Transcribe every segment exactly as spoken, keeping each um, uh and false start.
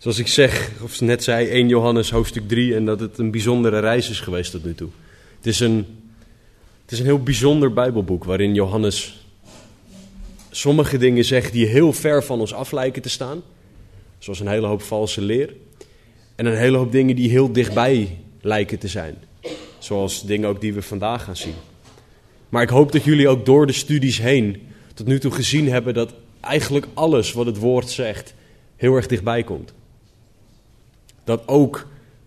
Zoals ik zeg, of net zei, eerste Johannes hoofdstuk drie en dat het een bijzondere reis is geweest tot nu toe. Het is een, het is een heel bijzonder Bijbelboek waarin Johannes sommige dingen zegt die heel ver van ons af lijken te staan. Zoals een hele hoop valse leer. En een hele hoop dingen die heel dichtbij lijken te zijn. Zoals dingen ook die we vandaag gaan zien. Maar ik hoop dat jullie ook door de studies heen tot nu toe gezien hebben dat eigenlijk alles wat het woord zegt heel erg dichtbij komt. Dat ook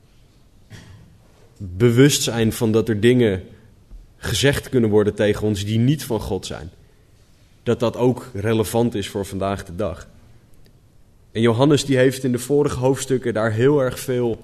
bewustzijn van dat er dingen gezegd kunnen worden tegen ons die niet van God zijn. Dat dat ook relevant is voor vandaag de dag. En Johannes die heeft in de vorige hoofdstukken daar heel erg veel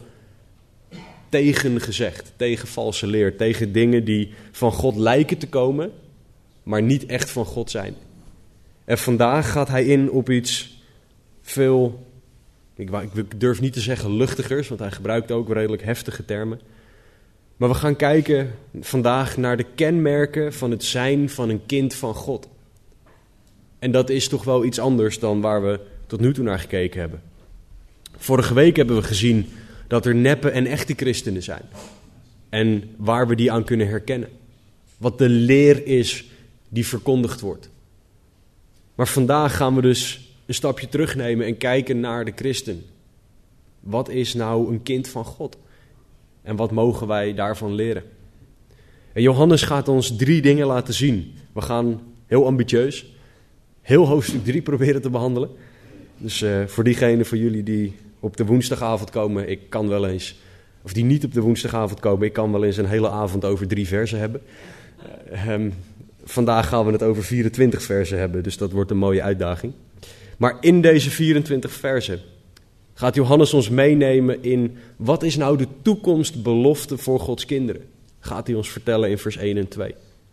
tegen gezegd. Tegen valse leer, tegen dingen die van God lijken te komen, maar niet echt van God zijn. En vandaag gaat hij in op iets veel, ik durf niet te zeggen luchtigers, want hij gebruikt ook redelijk heftige termen. Maar we gaan kijken vandaag naar de kenmerken van het zijn van een kind van God. En dat is toch wel iets anders dan waar we tot nu toe naar gekeken hebben. Vorige week hebben we gezien dat er neppe en echte christenen zijn. En waar we die aan kunnen herkennen. Wat de leer is die verkondigd wordt. Maar vandaag gaan we dus een stapje terugnemen en kijken naar de christen. Wat is nou een kind van God? En wat mogen wij daarvan leren? En Johannes gaat ons drie dingen laten zien. We gaan heel ambitieus, heel hoofdstuk drie proberen te behandelen. Dus uh, voor diegenen van jullie die op de woensdagavond komen, ik kan wel eens, of die niet op de woensdagavond komen, ik kan wel eens een hele avond over drie versen hebben. Uh, um, vandaag gaan we het over vierentwintig versen hebben, dus dat wordt een mooie uitdaging. Maar in deze vierentwintig versen gaat Johannes ons meenemen in wat is nou de toekomstbelofte voor Gods kinderen. Gaat hij ons vertellen in vers één en twee.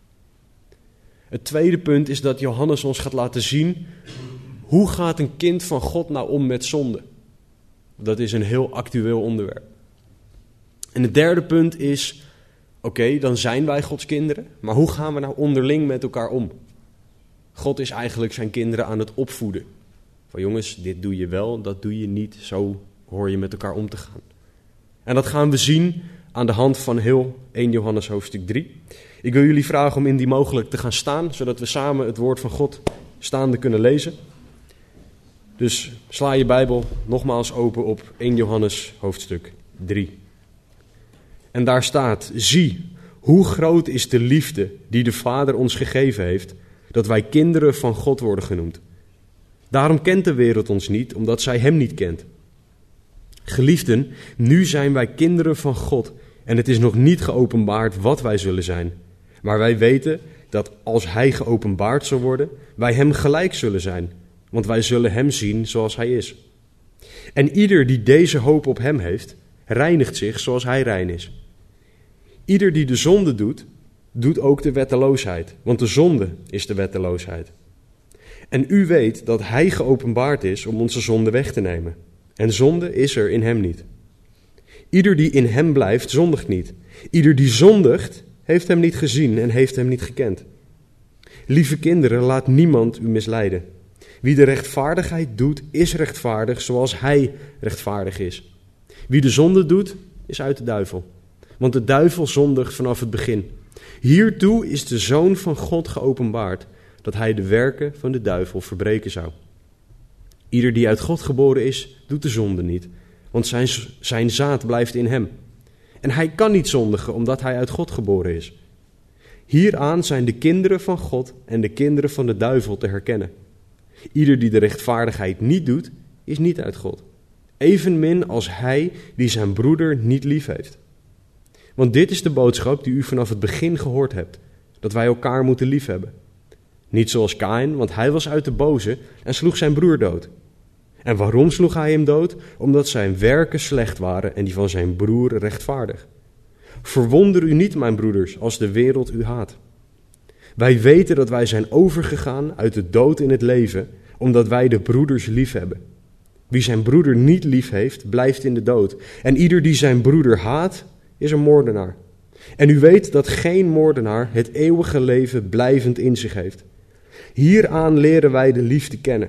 Het tweede punt is dat Johannes ons gaat laten zien hoe gaat een kind van God nou om met zonde. Dat is een heel actueel onderwerp. En het derde punt is, oké, okay, dan zijn wij Gods kinderen, maar hoe gaan we nou onderling met elkaar om? God is eigenlijk zijn kinderen aan het opvoeden. Van jongens, dit doe je wel, dat doe je niet, zo hoor je met elkaar om te gaan. En dat gaan we zien aan de hand van heel eerste Johannes hoofdstuk drie. Ik wil jullie vragen om indien mogelijk te gaan staan, zodat we samen het woord van God staande kunnen lezen. Dus sla je Bijbel nogmaals open op eerste Johannes hoofdstuk drie. En daar staat, zie, hoe groot is de liefde die de Vader ons gegeven heeft, dat wij kinderen van God worden genoemd. Daarom kent de wereld ons niet, omdat zij hem niet kent. Geliefden, nu zijn wij kinderen van God en het is nog niet geopenbaard wat wij zullen zijn. Maar wij weten dat als hij geopenbaard zal worden, wij hem gelijk zullen zijn. Want wij zullen hem zien zoals hij is. En ieder die deze hoop op hem heeft, reinigt zich zoals hij rein is. Ieder die de zonde doet, doet ook de wetteloosheid. Want de zonde is de wetteloosheid. En u weet dat hij geopenbaard is om onze zonde weg te nemen. En zonde is er in hem niet. Ieder die in hem blijft, zondigt niet. Ieder die zondigt, heeft hem niet gezien en heeft hem niet gekend. Lieve kinderen, laat niemand u misleiden. Wie de rechtvaardigheid doet, is rechtvaardig zoals hij rechtvaardig is. Wie de zonde doet, is uit de duivel. Want de duivel zondigt vanaf het begin. Hiertoe is de Zoon van God geopenbaard, dat hij de werken van de duivel verbreken zou. Ieder die uit God geboren is, doet de zonde niet, want zijn, zijn zaad blijft in hem. En hij kan niet zondigen, omdat hij uit God geboren is. Hieraan zijn de kinderen van God en de kinderen van de duivel te herkennen. Ieder die de rechtvaardigheid niet doet, is niet uit God. Evenmin als hij die zijn broeder niet lief heeft. Want dit is de boodschap die u vanaf het begin gehoord hebt, dat wij elkaar moeten liefhebben. Niet zoals Kaïn, want hij was uit de boze en sloeg zijn broer dood. En waarom sloeg hij hem dood? Omdat zijn werken slecht waren en die van zijn broer rechtvaardig. Verwonder u niet, mijn broeders, als de wereld u haat. Wij weten dat wij zijn overgegaan uit de dood in het leven, omdat wij de broeders lief hebben. Wie zijn broeder niet lief heeft, blijft in de dood. En ieder die zijn broeder haat, is een moordenaar. En u weet dat geen moordenaar het eeuwige leven blijvend in zich heeft. Hieraan leren wij de liefde kennen.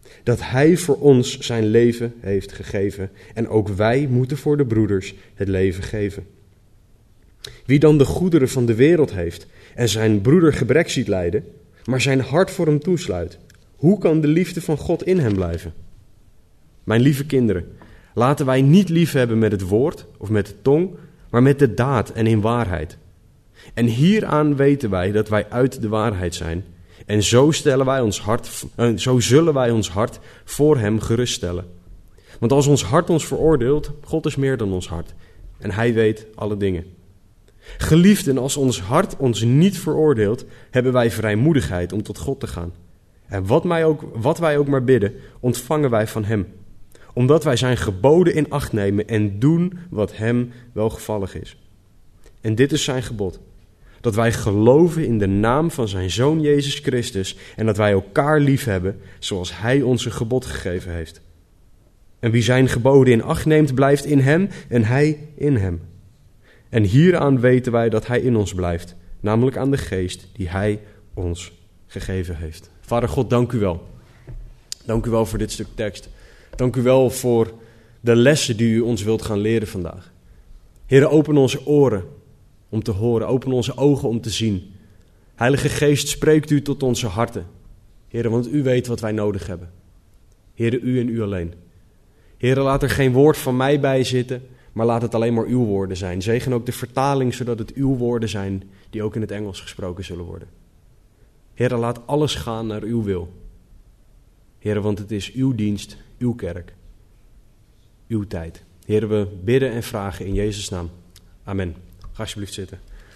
Dat hij voor ons zijn leven heeft gegeven en ook wij moeten voor de broeders het leven geven. Wie dan de goederen van de wereld heeft en zijn broeder gebrek ziet lijden, maar zijn hart voor hem toesluit, hoe kan de liefde van God in hem blijven? Mijn lieve kinderen, laten wij niet liefhebben met het woord of met de tong, maar met de daad en in waarheid. En hieraan weten wij dat wij uit de waarheid zijn. En zo, stellen wij ons hart, uh, zo zullen wij ons hart voor hem geruststellen. Want als ons hart ons veroordeelt, God is meer dan ons hart. En hij weet alle dingen. Geliefden, als ons hart ons niet veroordeelt, hebben wij vrijmoedigheid om tot God te gaan. En wat wij ook, wat wij ook maar bidden, ontvangen wij van hem. Omdat wij zijn geboden in acht nemen en doen wat hem welgevallig is. En dit is zijn gebod. Dat wij geloven in de naam van zijn Zoon Jezus Christus en dat wij elkaar lief hebben zoals hij ons een gebod gegeven heeft. En wie zijn geboden in acht neemt, blijft in hem en hij in hem. En hieraan weten wij dat hij in ons blijft, namelijk aan de geest die hij ons gegeven heeft. Vader God, dank u wel. Dank u wel voor dit stuk tekst. Dank u wel voor de lessen die u ons wilt gaan leren vandaag. Heere, open onze oren om te horen, open onze ogen om te zien. Heilige Geest, spreekt u tot onze harten. Heere, want u weet wat wij nodig hebben. Heere, u en u alleen. Heere, laat er geen woord van mij bij zitten, maar laat het alleen maar uw woorden zijn. Zegen ook de vertaling, zodat het uw woorden zijn die ook in het Engels gesproken zullen worden. Heere, laat alles gaan naar uw wil. Heere, want het is uw dienst, uw kerk, uw tijd. Heere, we bidden en vragen in Jezus' naam. Amen. Ga alsjeblieft zitten.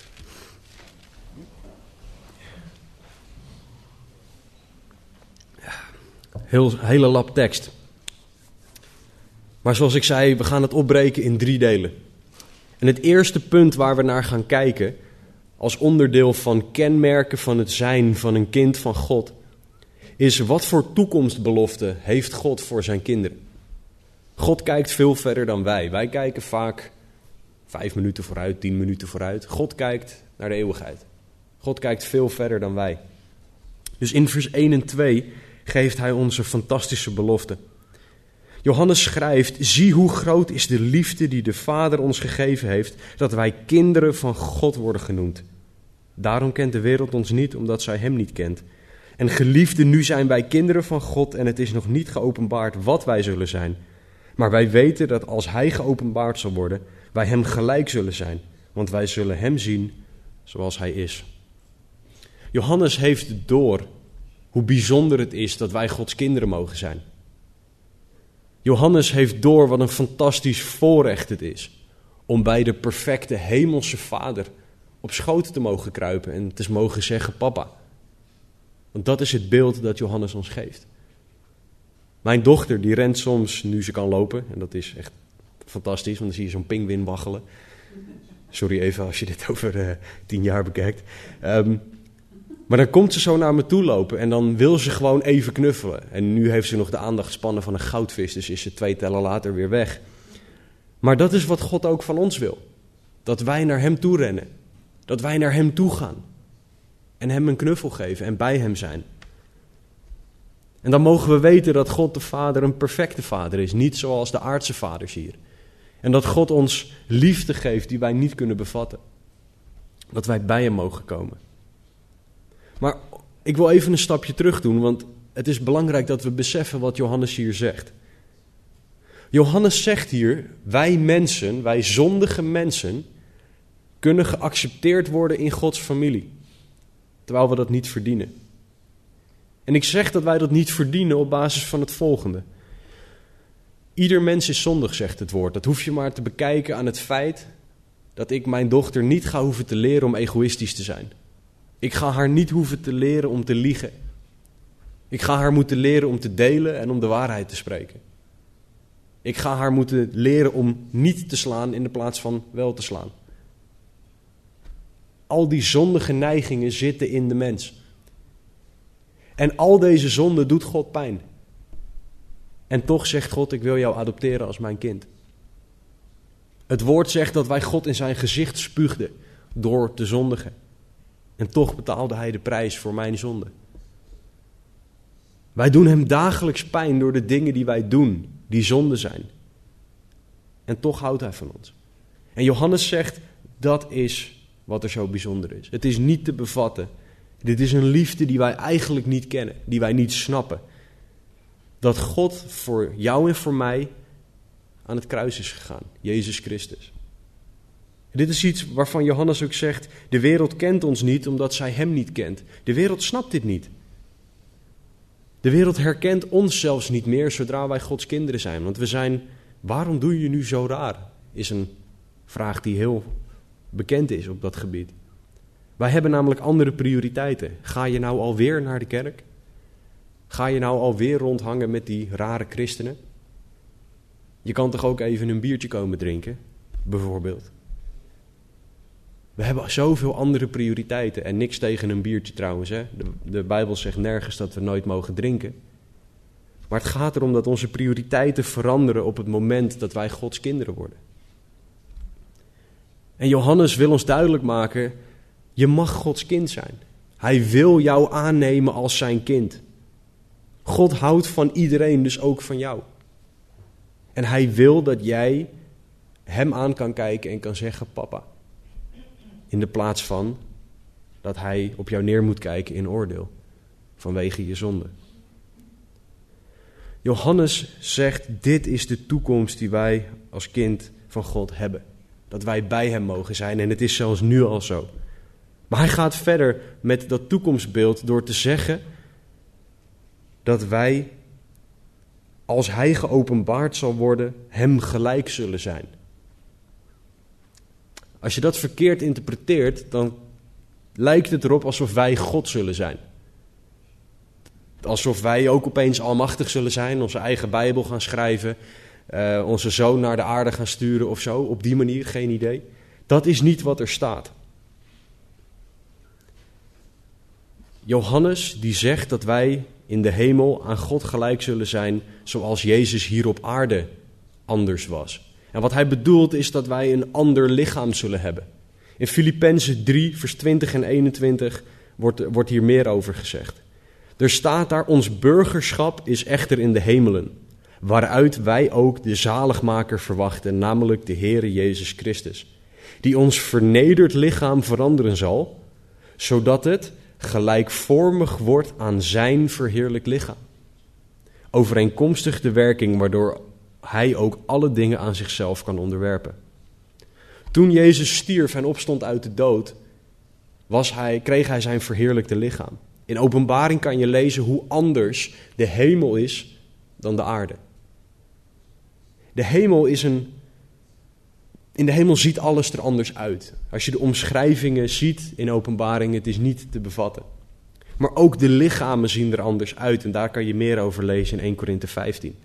Heel, hele lap tekst. Maar zoals ik zei, we gaan het opbreken in drie delen. En het eerste punt waar we naar gaan kijken, als onderdeel van kenmerken van het zijn van een kind van God, is wat voor toekomstbelofte heeft God voor zijn kinderen. God kijkt veel verder dan wij. Wij kijken vaak vijf minuten vooruit, tien minuten vooruit. God kijkt naar de eeuwigheid. God kijkt veel verder dan wij. Dus in vers één en twee geeft hij ons een fantastische belofte. Johannes schrijft, zie hoe groot is de liefde die de Vader ons gegeven heeft, dat wij kinderen van God worden genoemd. Daarom kent de wereld ons niet, omdat zij hem niet kent. En geliefden, nu zijn wij kinderen van God en het is nog niet geopenbaard wat wij zullen zijn. Maar wij weten dat als hij geopenbaard zal worden, wij hem gelijk zullen zijn, want wij zullen hem zien zoals hij is. Johannes heeft door hoe bijzonder het is dat wij Gods kinderen mogen zijn. Johannes heeft door wat een fantastisch voorrecht het is om bij de perfecte hemelse Vader op schoot te mogen kruipen en te mogen zeggen papa. Want dat is het beeld dat Johannes ons geeft. Mijn dochter die rent soms, nu ze kan lopen, en dat is echt fantastisch, want dan zie je zo'n pinguïn waggelen. Sorry even als je dit over uh, tien jaar bekijkt. Um, maar dan komt ze zo naar me toe lopen en dan wil ze gewoon even knuffelen. En nu heeft ze nog de aandachtspannen van een goudvis, dus is ze twee tellen later weer weg. Maar dat is wat God ook van ons wil. Dat wij naar hem toe rennen. Dat wij naar hem toe gaan. En hem een knuffel geven en bij hem zijn. En dan mogen we weten dat God de Vader een perfecte Vader is. Niet zoals de aardse vaders hier. En dat God ons liefde geeft die wij niet kunnen bevatten. Dat wij bij hem mogen komen. Maar ik wil even een stapje terug doen, want het is belangrijk dat we beseffen wat Johannes hier zegt. Johannes zegt hier, wij mensen, wij zondige mensen, kunnen geaccepteerd worden in Gods familie. Terwijl we dat niet verdienen. En ik zeg dat wij dat niet verdienen op basis van het volgende. Ieder mens is zondig, zegt het woord. Dat hoef je maar te bekijken aan het feit dat ik mijn dochter niet ga hoeven te leren om egoïstisch te zijn. Ik ga haar niet hoeven te leren om te liegen. Ik ga haar moeten leren om te delen en om de waarheid te spreken. Ik ga haar moeten leren om niet te slaan in de plaats van wel te slaan. Al die zondige neigingen zitten in de mens. En al deze zonde doet God pijn. En toch zegt God, ik wil jou adopteren als mijn kind. Het woord zegt dat wij God in zijn gezicht spuugden door te zondigen. En toch betaalde hij de prijs voor mijn zonde. Wij doen hem dagelijks pijn door de dingen die wij doen, die zonde zijn. En toch houdt hij van ons. En Johannes zegt, dat is wat er zo bijzonder is. Het is niet te bevatten. Dit is een liefde die wij eigenlijk niet kennen, die wij niet snappen. Dat God voor jou en voor mij aan het kruis is gegaan, Jezus Christus. Dit is iets waarvan Johannes ook zegt, de wereld kent ons niet omdat zij hem niet kent. De wereld snapt dit niet. De wereld herkent ons zelfs niet meer zodra wij Gods kinderen zijn. Want we zijn, waarom doe je nu zo raar? Is een vraag die heel bekend is op dat gebied. Wij hebben namelijk andere prioriteiten. Ga je nou alweer naar de kerk? Ga je nou alweer rondhangen met die rare christenen? Je kan toch ook even een biertje komen drinken, bijvoorbeeld. We hebben zoveel andere prioriteiten en niks tegen een biertje trouwens. Hè? De, de Bijbel zegt nergens dat we nooit mogen drinken. Maar het gaat erom dat onze prioriteiten veranderen op het moment dat wij Gods kinderen worden. En Johannes wil ons duidelijk maken, je mag Gods kind zijn. Hij wil jou aannemen als zijn kind. God houdt van iedereen, dus ook van jou. En hij wil dat jij hem aan kan kijken en kan zeggen, papa. In de plaats van dat hij op jou neer moet kijken in oordeel. Vanwege je zonde. Johannes zegt, dit is de toekomst die wij als kind van God hebben. Dat wij bij hem mogen zijn en het is zelfs nu al zo. Maar hij gaat verder met dat toekomstbeeld door te zeggen dat wij, als hij geopenbaard zal worden, hem gelijk zullen zijn. Als je dat verkeerd interpreteert, dan lijkt het erop alsof wij God zullen zijn. Alsof wij ook opeens almachtig zullen zijn, onze eigen Bijbel gaan schrijven, uh, onze zoon naar de aarde gaan sturen of zo. Op die manier, geen idee. Dat is niet wat er staat. Johannes die zegt dat wij in de hemel aan God gelijk zullen zijn zoals Jezus hier op aarde anders was. En wat hij bedoelt is dat wij een ander lichaam zullen hebben. In Filippenzen drie, vers twintig en eenentwintig wordt, wordt hier meer over gezegd. Er staat daar, ons burgerschap is echter in de hemelen, waaruit wij ook de zaligmaker verwachten, namelijk de Heere Jezus Christus, die ons vernederd lichaam veranderen zal, zodat het gelijkvormig wordt aan zijn verheerlijk lichaam. Overeenkomstig de werking waardoor hij ook alle dingen aan zichzelf kan onderwerpen. Toen Jezus stierf en opstond uit de dood, was hij, kreeg hij zijn verheerlijkte lichaam. In Openbaring kan je lezen hoe anders de hemel is dan de aarde. De hemel is een... In de hemel ziet alles er anders uit. Als je de omschrijvingen ziet in Openbaring, het is niet te bevatten. Maar ook de lichamen zien er anders uit. En daar kan je meer over lezen in Eerste Korinthe vijftien.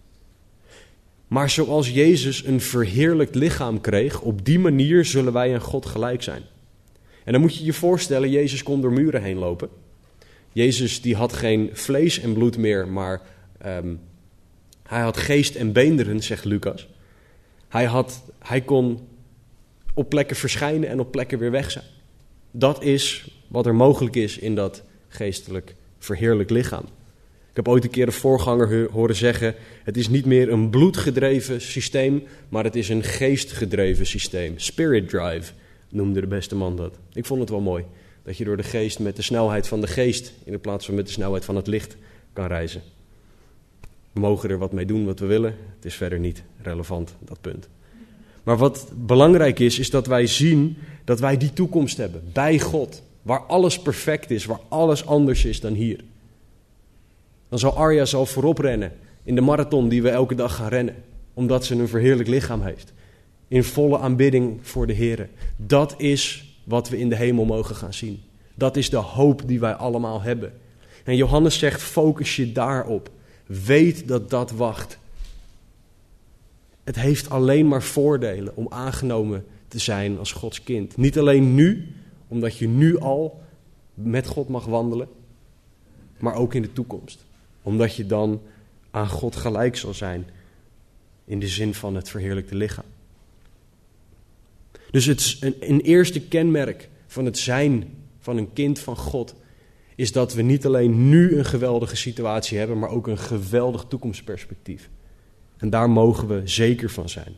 Maar zoals Jezus een verheerlijkt lichaam kreeg, op die manier zullen wij aan God gelijk zijn. En dan moet je je voorstellen, Jezus kon door muren heen lopen. Jezus die had geen vlees en bloed meer, maar um, hij had geest en beenderen, zegt Lucas. Hij, had, hij kon op plekken verschijnen en op plekken weer weg zijn. Dat is wat er mogelijk is in dat geestelijk verheerlijk lichaam. Ik heb ooit een keer een voorganger horen zeggen, het is niet meer een bloedgedreven systeem, maar het is een geestgedreven systeem. Spirit drive noemde de beste man dat. Ik vond het wel mooi, dat je door de geest met de snelheid van de geest in plaats van met de snelheid van het licht kan reizen. We mogen er wat mee doen wat we willen, het is verder niet relevant, dat punt. Maar wat belangrijk is, is dat wij zien dat wij die toekomst hebben, bij God, waar alles perfect is, waar alles anders is dan hier. Dan zal Arja zal voorop rennen in de marathon die we elke dag gaan rennen. Omdat ze een verheerlijk lichaam heeft. In volle aanbidding voor de Heer. Dat is wat we in de hemel mogen gaan zien. Dat is de hoop die wij allemaal hebben. En Johannes zegt, focus je daarop. Weet dat dat wacht. Het heeft alleen maar voordelen om aangenomen te zijn als Gods kind. Niet alleen nu, omdat je nu al met God mag wandelen. Maar ook in de toekomst. Omdat je dan aan God gelijk zal zijn. In de zin van het verheerlijkte lichaam. Dus het, een, een eerste kenmerk van het zijn van een kind van God is dat we niet alleen nu een geweldige situatie hebben, maar ook een geweldig toekomstperspectief. En daar mogen we zeker van zijn.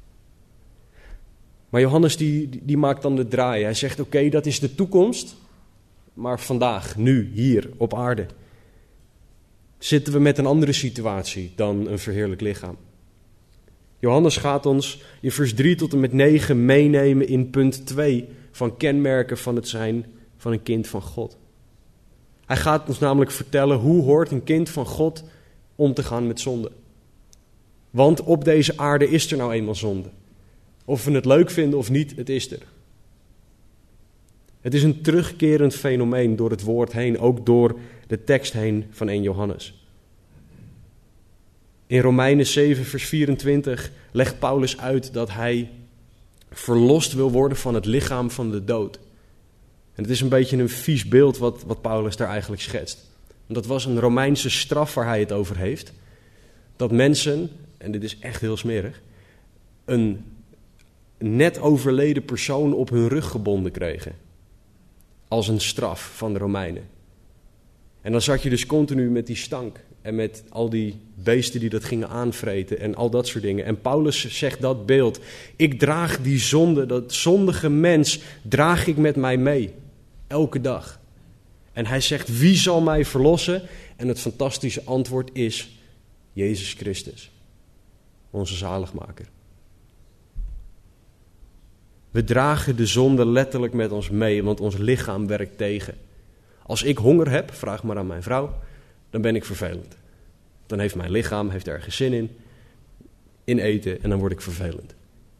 Maar Johannes die, die maakt dan de draai. Hij zegt, oké, okay, dat is de toekomst, maar vandaag, nu, hier, op aarde, zitten we met een andere situatie dan een verheerlijk lichaam. Johannes gaat ons in vers drie tot en met negen meenemen in punt twee van kenmerken van het zijn van een kind van God. Hij gaat ons namelijk vertellen hoe hoort een kind van God om te gaan met zonde. Want op deze aarde is er nou eenmaal zonde. Of we het leuk vinden of niet, het is er. Het is een terugkerend fenomeen door het woord heen, ook door de tekst heen van eerste Johannes. In Romeinen zeven vers vierentwintig legt Paulus uit dat hij verlost wil worden van het lichaam van de dood. En het is een beetje een vies beeld wat, wat Paulus daar eigenlijk schetst. Want dat was een Romeinse straf waar hij het over heeft. Dat mensen, en dit is echt heel smerig, een net overleden persoon op hun rug gebonden kregen. Als een straf van de Romeinen. En dan zat je dus continu met die stank en met al die beesten die dat gingen aanvreten en al dat soort dingen. En Paulus zegt dat beeld. Ik draag die zonde, dat zondige mens, draag ik met mij mee. Elke dag. En hij zegt, wie zal mij verlossen? En het fantastische antwoord is Jezus Christus. Onze zaligmaker. We dragen de zonde letterlijk met ons mee, want ons lichaam werkt tegen. Als ik honger heb, vraag maar aan mijn vrouw, dan ben ik vervelend. Dan heeft mijn lichaam heeft ergens zin in, in eten en dan word ik vervelend.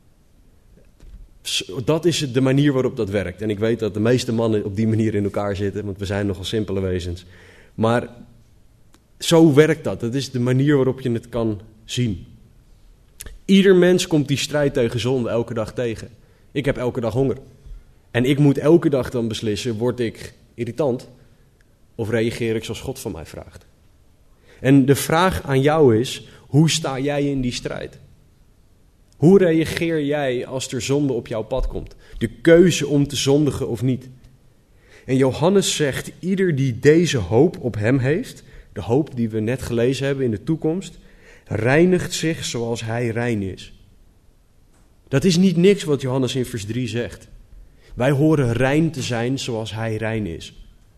Dat is de manier waarop dat werkt. En ik weet dat de meeste mannen op die manier in elkaar zitten, want we zijn nogal simpele wezens. Maar zo werkt dat. Dat is de manier waarop je het kan zien. Ieder mens komt die strijd tegen zonde elke dag tegen. Ik heb elke dag honger. En ik moet elke dag dan beslissen, word ik irritant of reageer ik zoals God van mij vraagt? En de vraag aan jou is, hoe sta jij in die strijd? Hoe reageer jij als er zonde op jouw pad komt? De keuze om te zondigen of niet. En Johannes zegt, ieder die deze hoop op hem heeft, de hoop die we net gelezen hebben in de toekomst, reinigt zich zoals hij rein is. Dat is niet niks wat Johannes in vers drie zegt. Wij horen rein te zijn zoals hij rein is.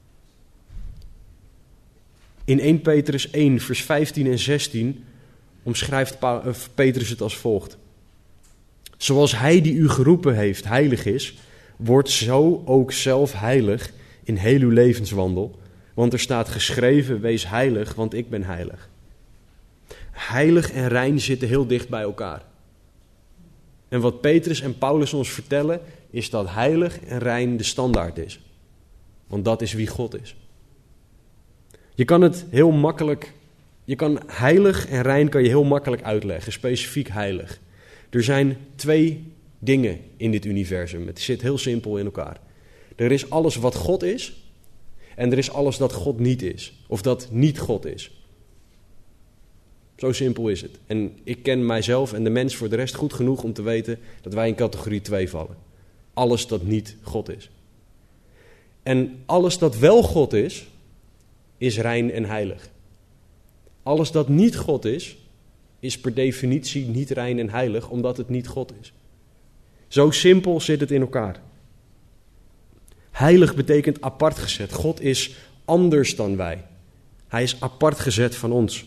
In eerste Petrus één, vers vijftien en zestien omschrijft Petrus het als volgt. Zoals hij die u geroepen heeft heilig is, wordt zo ook zelf heilig in heel uw levenswandel. Want er staat geschreven, wees heilig, want ik ben heilig. Heilig en rein zitten heel dicht bij elkaar. En wat Petrus en Paulus ons vertellen, is dat heilig en rein de standaard is. Want dat is wie God is. Je kan het heel makkelijk, je kan heilig en rein kan je heel makkelijk uitleggen, specifiek heilig. Er zijn twee dingen in dit universum. Het zit heel simpel in elkaar. Er is alles wat God is en er is alles dat God niet is. Of dat niet God is. Zo simpel is het. En ik ken mijzelf en de mens voor de rest goed genoeg om te weten dat wij in categorie twee vallen. Alles dat niet God is. En alles dat wel God is, is rein en heilig. Alles dat niet God is, is per definitie niet rein en heilig, omdat het niet God is. Zo simpel zit het in elkaar. Heilig betekent apart gezet. God is anders dan wij. Hij is apart gezet van ons.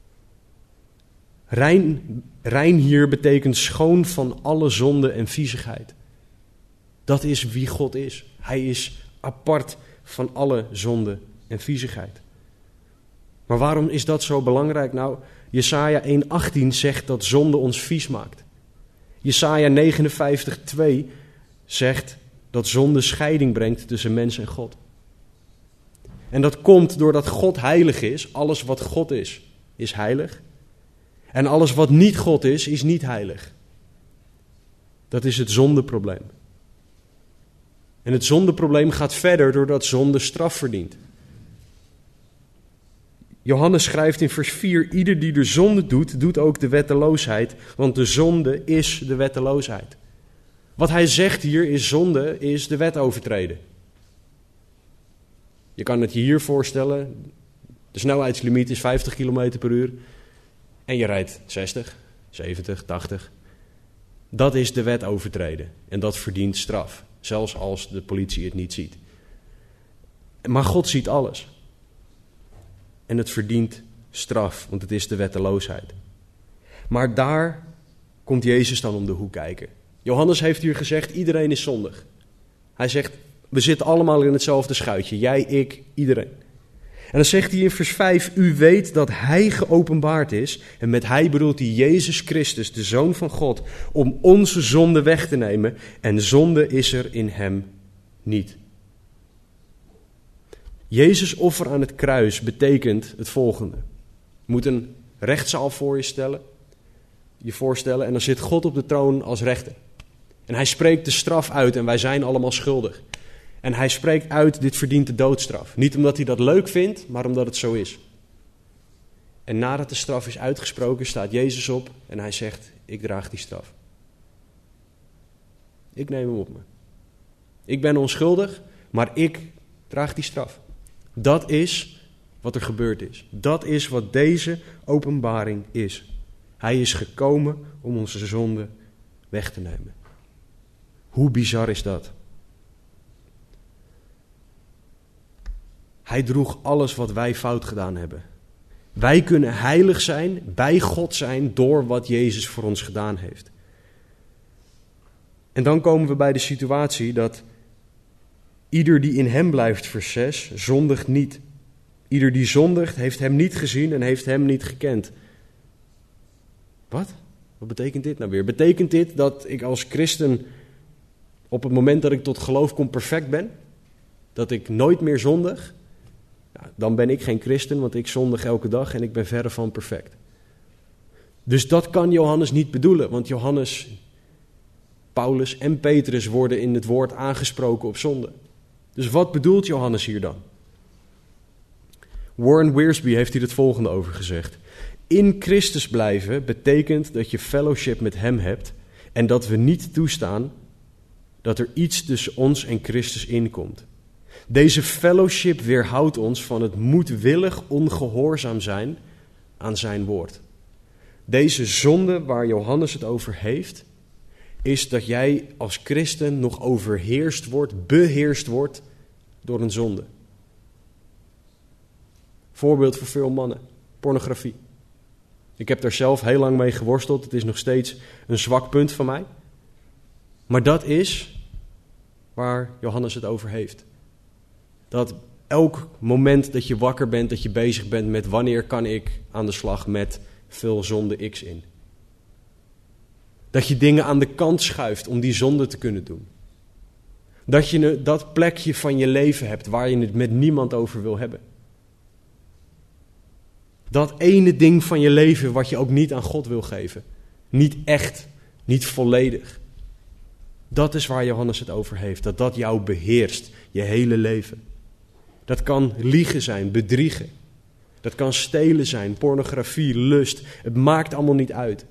Rein, rein hier betekent schoon van alle zonde en viezigheid. Dat is wie God is. Hij is apart van alle zonde en viezigheid. Maar waarom is dat zo belangrijk? Nou, Jesaja één achttien zegt dat zonde ons vies maakt. Jesaja negenenvijftig twee zegt dat zonde scheiding brengt tussen mens en God. En dat komt doordat God heilig is. Alles wat God is, is heilig. En alles wat niet God is, is niet heilig. Dat is het zondeprobleem. En het zondeprobleem gaat verder doordat zonde straf verdient. Johannes schrijft in vers vier, ieder die de zonde doet, doet ook de wetteloosheid, want de zonde is de wetteloosheid. Wat hij zegt hier is zonde is de wet overtreden. Je kan het je hier voorstellen. De snelheidslimiet is vijftig kilometer per uur. En je rijdt zestig, zeventig, tachtig. Dat is de wet overtreden. En dat verdient straf. Zelfs als de politie het niet ziet. Maar God ziet alles. En het verdient straf, want het is de wetteloosheid. Maar daar komt Jezus dan om de hoek kijken. Johannes heeft hier gezegd, iedereen is zondig. Hij zegt, we zitten allemaal in hetzelfde schuitje. Jij, ik, iedereen. En dan zegt hij in vers vijf, u weet dat hij geopenbaard is. En met hij bedoelt hij Jezus Christus, de Zoon van God, om onze zonde weg te nemen. En zonde is er in hem niet. Jezus' offer aan het kruis betekent het volgende. Je moet een rechtszaal voor je stellen, je voorstellen en dan zit God op de troon als rechter. En hij spreekt de straf uit en wij zijn allemaal schuldig. En hij spreekt uit, dit verdient de doodstraf. Niet omdat hij dat leuk vindt, maar omdat het zo is. En nadat de straf is uitgesproken, staat Jezus op en hij zegt, ik draag die straf. Ik neem hem op me. Ik ben onschuldig, maar ik draag die straf. Dat is wat er gebeurd is. Dat is wat deze openbaring is. Hij is gekomen om onze zonde weg te nemen. Hoe bizar is dat? Hij droeg alles wat wij fout gedaan hebben. Wij kunnen heilig zijn, bij God zijn, door wat Jezus voor ons gedaan heeft. En dan komen we bij de situatie dat ieder die in hem blijft, vers zes, zondigt niet. Ieder die zondigt, heeft hem niet gezien en heeft hem niet gekend. Wat? Wat betekent dit nou weer? Betekent dit dat ik als christen op het moment dat ik tot geloof kom perfect ben? Dat ik nooit meer zondig? Nou, dan ben ik geen christen, want ik zondig elke dag en ik ben verre van perfect. Dus dat kan Johannes niet bedoelen, want Johannes, Paulus en Petrus worden in het woord aangesproken op zonde. Dus wat bedoelt Johannes hier dan? Warren Wiersbe heeft hier het volgende over gezegd. In Christus blijven betekent dat je fellowship met hem hebt en dat we niet toestaan dat er iets tussen ons en Christus inkomt. Deze fellowship weerhoudt ons van het moedwillig ongehoorzaam zijn aan zijn woord. Deze zonde waar Johannes het over heeft, is dat jij als christen nog overheerst wordt, beheerst wordt door een zonde. Voorbeeld voor veel mannen, pornografie. Ik heb daar zelf heel lang mee geworsteld, het is nog steeds een zwak punt van mij. Maar dat is waar Johannes het over heeft. Dat elk moment dat je wakker bent, dat je bezig bent met wanneer kan ik aan de slag met veel zonde X in. Dat je dingen aan de kant schuift om die zonde te kunnen doen. Dat je dat plekje van je leven hebt waar je het met niemand over wil hebben. Dat ene ding van je leven wat je ook niet aan God wil geven. Niet echt, niet volledig. Dat is waar Johannes het over heeft. Dat dat jou beheerst, je hele leven. Dat kan liegen zijn, bedriegen. Dat kan stelen zijn, pornografie, lust. Het maakt allemaal niet uit.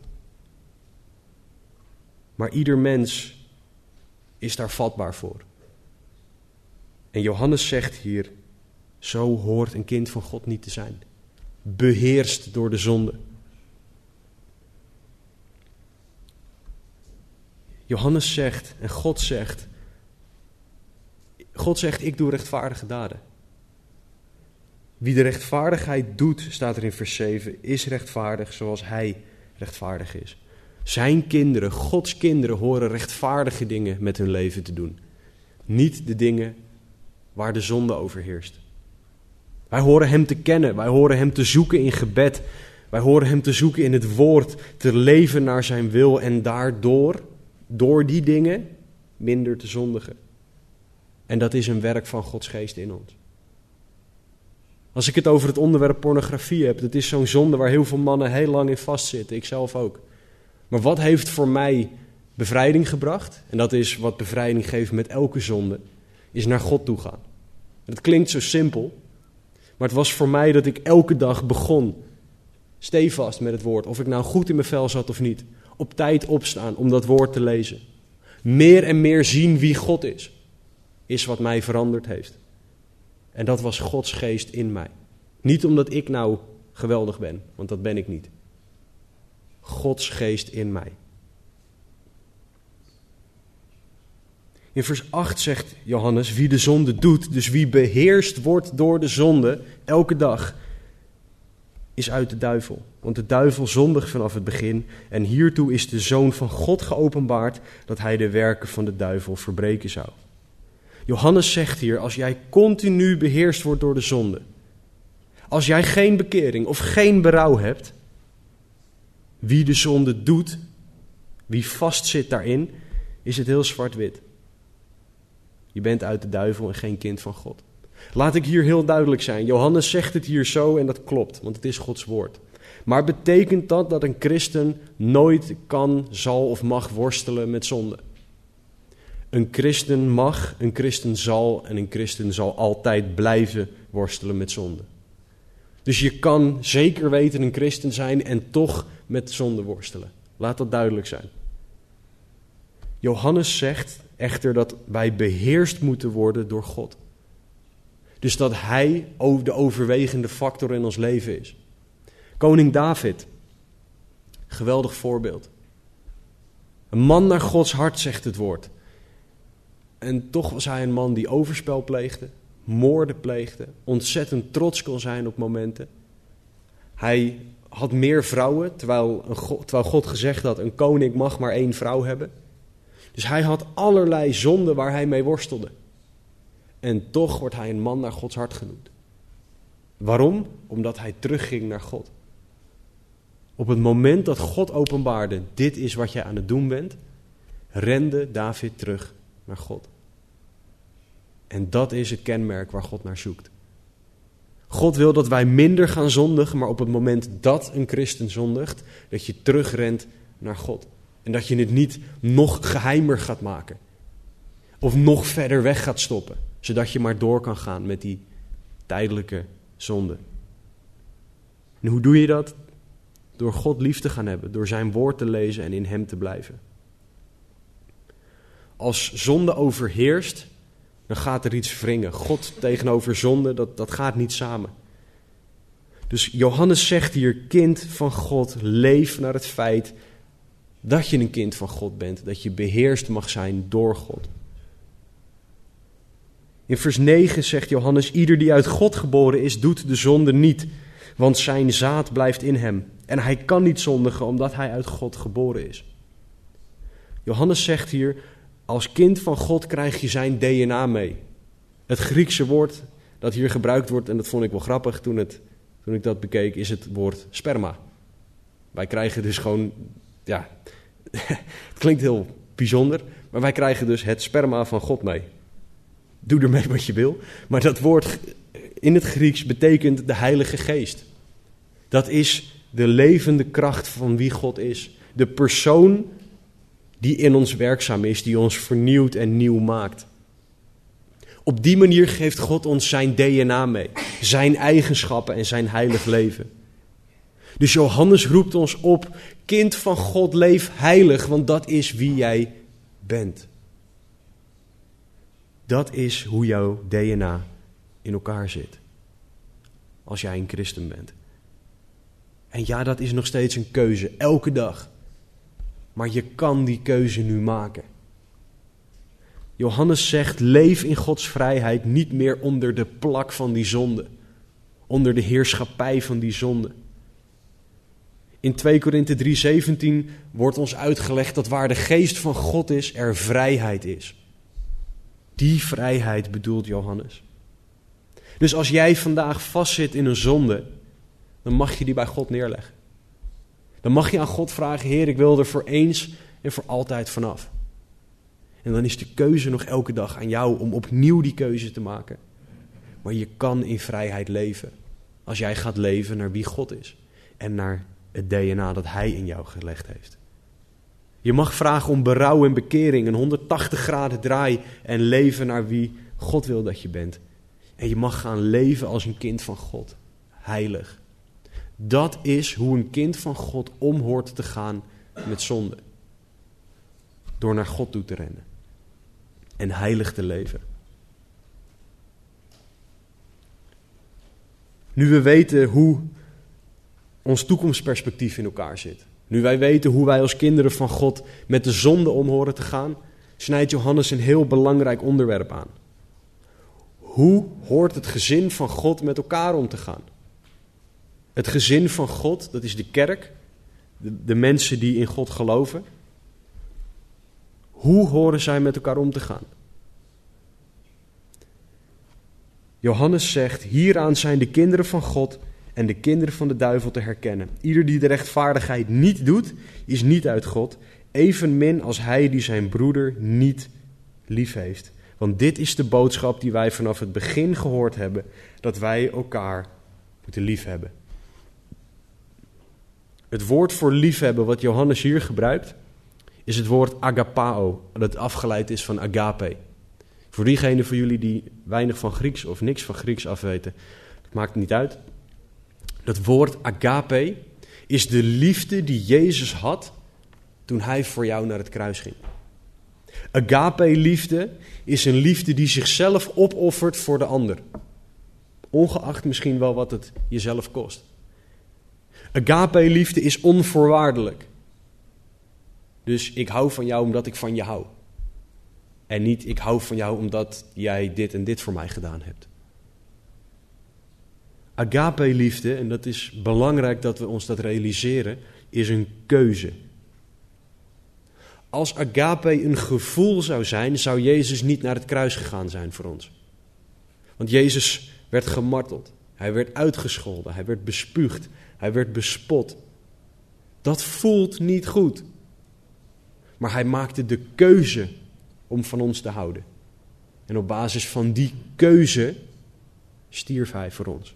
Maar ieder mens is daar vatbaar voor. En Johannes zegt hier, zo hoort een kind van God niet te zijn. Beheerst door de zonde. Johannes zegt en God zegt, God zegt, ik doe rechtvaardige daden. Wie de rechtvaardigheid doet, staat er in vers zeven, is rechtvaardig zoals hij rechtvaardig is. Zijn kinderen, Gods kinderen, horen rechtvaardige dingen met hun leven te doen. Niet de dingen waar de zonde overheerst. Wij horen hem te kennen, wij horen hem te zoeken in gebed. Wij horen hem te zoeken in het woord, te leven naar zijn wil en daardoor, door die dingen, minder te zondigen. En dat is een werk van Gods geest in ons. Als ik het over het onderwerp pornografie heb, dat is zo'n zonde waar heel veel mannen heel lang in vastzitten, ik zelf ook. Maar wat heeft voor mij bevrijding gebracht? En dat is wat bevrijding geeft met elke zonde, is naar God toe gaan. Het klinkt zo simpel, maar het was voor mij dat ik elke dag begon, stevast met het woord, of ik nou goed in mijn vel zat of niet, op tijd opstaan om dat woord te lezen. Meer en meer zien wie God is, is wat mij veranderd heeft. En dat was Gods geest in mij. Niet omdat ik nou geweldig ben, want dat ben ik niet. Gods geest in mij. In vers acht zegt Johannes, wie de zonde doet, dus wie beheerst wordt door de zonde, elke dag, is uit de duivel. Want de duivel zondigt vanaf het begin en hiertoe is de Zoon van God geopenbaard dat hij de werken van de duivel verbreken zou. Johannes zegt hier, als jij continu beheerst wordt door de zonde, als jij geen bekering of geen berouw hebt, wie de zonde doet, wie vastzit daarin, is het heel zwart-wit. Je bent uit de duivel en geen kind van God. Laat ik hier heel duidelijk zijn. Johannes zegt het hier zo en dat klopt, want het is Gods woord. Maar betekent dat dat een christen nooit kan, zal of mag worstelen met zonde? Een christen mag, een christen zal en een christen zal altijd blijven worstelen met zonde. Dus je kan zeker weten een christen zijn en toch met zonde worstelen. Laat dat duidelijk zijn. Johannes zegt echter dat wij beheerst moeten worden door God. Dus dat hij de overwegende factor in ons leven is. Koning David, geweldig voorbeeld. Een man naar Gods hart, zegt het woord. En toch was hij een man die overspel pleegde, moorden pleegde, ontzettend trots kon zijn op momenten. Hij had meer vrouwen, terwijl, een God, terwijl God gezegd had, een koning mag maar één vrouw hebben. Dus hij had allerlei zonden waar hij mee worstelde. En toch wordt hij een man naar Gods hart genoemd. Waarom? Omdat hij terugging naar God. Op het moment dat God openbaarde, dit is wat jij aan het doen bent, rende David terug naar God. En dat is het kenmerk waar God naar zoekt. God wil dat wij minder gaan zondigen, maar op het moment dat een christen zondigt, dat je terugrent naar God. En dat je het niet nog geheimer gaat maken. Of nog verder weg gaat stoppen. Zodat je maar door kan gaan met die tijdelijke zonde. En hoe doe je dat? Door God lief te gaan hebben. Door zijn woord te lezen en in hem te blijven. Als zonde overheerst, dan gaat er iets wringen. God tegenover zonde, dat, dat gaat niet samen. Dus Johannes zegt hier, kind van God, leef naar het feit dat je een kind van God bent. Dat je beheerst mag zijn door God. In vers negen zegt Johannes, ieder die uit God geboren is, doet de zonde niet. Want zijn zaad blijft in hem. En hij kan niet zondigen, omdat hij uit God geboren is. Johannes zegt hier, als kind van God krijg je zijn D N A mee. Het Griekse woord dat hier gebruikt wordt, en dat vond ik wel grappig toen, het, toen ik dat bekeek, is het woord sperma. Wij krijgen dus gewoon, ja, het klinkt heel bijzonder, maar wij krijgen dus het sperma van God mee. Doe ermee wat je wil, maar dat woord in het Grieks betekent de Heilige Geest. Dat is de levende kracht van wie God is. De persoon die in ons werkzaam is, die ons vernieuwt en nieuw maakt. Op die manier geeft God ons zijn D N A mee, zijn eigenschappen en zijn heilig leven. Dus Johannes roept ons op, kind van God, leef heilig, want dat is wie jij bent. Dat is hoe jouw D N A in elkaar zit, als jij een christen bent. En ja, dat is nog steeds een keuze, elke dag. Maar je kan die keuze nu maken. Johannes zegt, leef in Gods vrijheid, niet meer onder de plak van die zonde. Onder de heerschappij van die zonde. In twee Korinthe drie zeventien wordt ons uitgelegd dat waar de geest van God is, er vrijheid is. Die vrijheid bedoelt Johannes. Dus als jij vandaag vastzit in een zonde, dan mag je die bij God neerleggen. Dan mag je aan God vragen, Heer, ik wil er voor eens en voor altijd vanaf. En dan is de keuze nog elke dag aan jou om opnieuw die keuze te maken. Maar je kan in vrijheid leven. Als jij gaat leven naar wie God is. En naar het D N A dat hij in jou gelegd heeft. Je mag vragen om berouw en bekering. Een honderdtachtig graden draai. En leven naar wie God wil dat je bent. En je mag gaan leven als een kind van God. Heilig. Dat is hoe een kind van God om hoort te gaan met zonde. Door naar God toe te rennen. En heilig te leven. Nu we weten hoe ons toekomstperspectief in elkaar zit. Nu wij weten hoe wij als kinderen van God met de zonde om horen te gaan, snijdt Johannes een heel belangrijk onderwerp aan. Hoe hoort het gezin van God met elkaar om te gaan? Het gezin van God, dat is de kerk, de, de mensen die in God geloven. Hoe horen zij met elkaar om te gaan? Johannes zegt, hieraan zijn de kinderen van God en de kinderen van de duivel te herkennen. Ieder die de rechtvaardigheid niet doet, is niet uit God, evenmin als hij die zijn broeder niet lief heeft. Want dit is de boodschap die wij vanaf het begin gehoord hebben, dat wij elkaar moeten liefhebben. Het woord voor liefhebben wat Johannes hier gebruikt, is het woord agapao, dat afgeleid is van agape. Voor diegenen van jullie die weinig van Grieks of niks van Grieks afweten, dat maakt niet uit. Dat woord agape is de liefde die Jezus had toen hij voor jou naar het kruis ging. Agape-liefde is een liefde die zichzelf opoffert voor de ander. Ongeacht misschien wel wat het jezelf kost. Agape-liefde is onvoorwaardelijk. Dus ik hou van jou omdat ik van je hou. En niet ik hou van jou omdat jij dit en dit voor mij gedaan hebt. Agape-liefde, en dat is belangrijk dat we ons dat realiseren, is een keuze. Als agape een gevoel zou zijn, zou Jezus niet naar het kruis gegaan zijn voor ons. Want Jezus werd gemarteld, hij werd uitgescholden, hij werd bespuugd, hij werd bespot. Dat voelt niet goed. Maar hij maakte de keuze om van ons te houden. En op basis van die keuze stierf hij voor ons.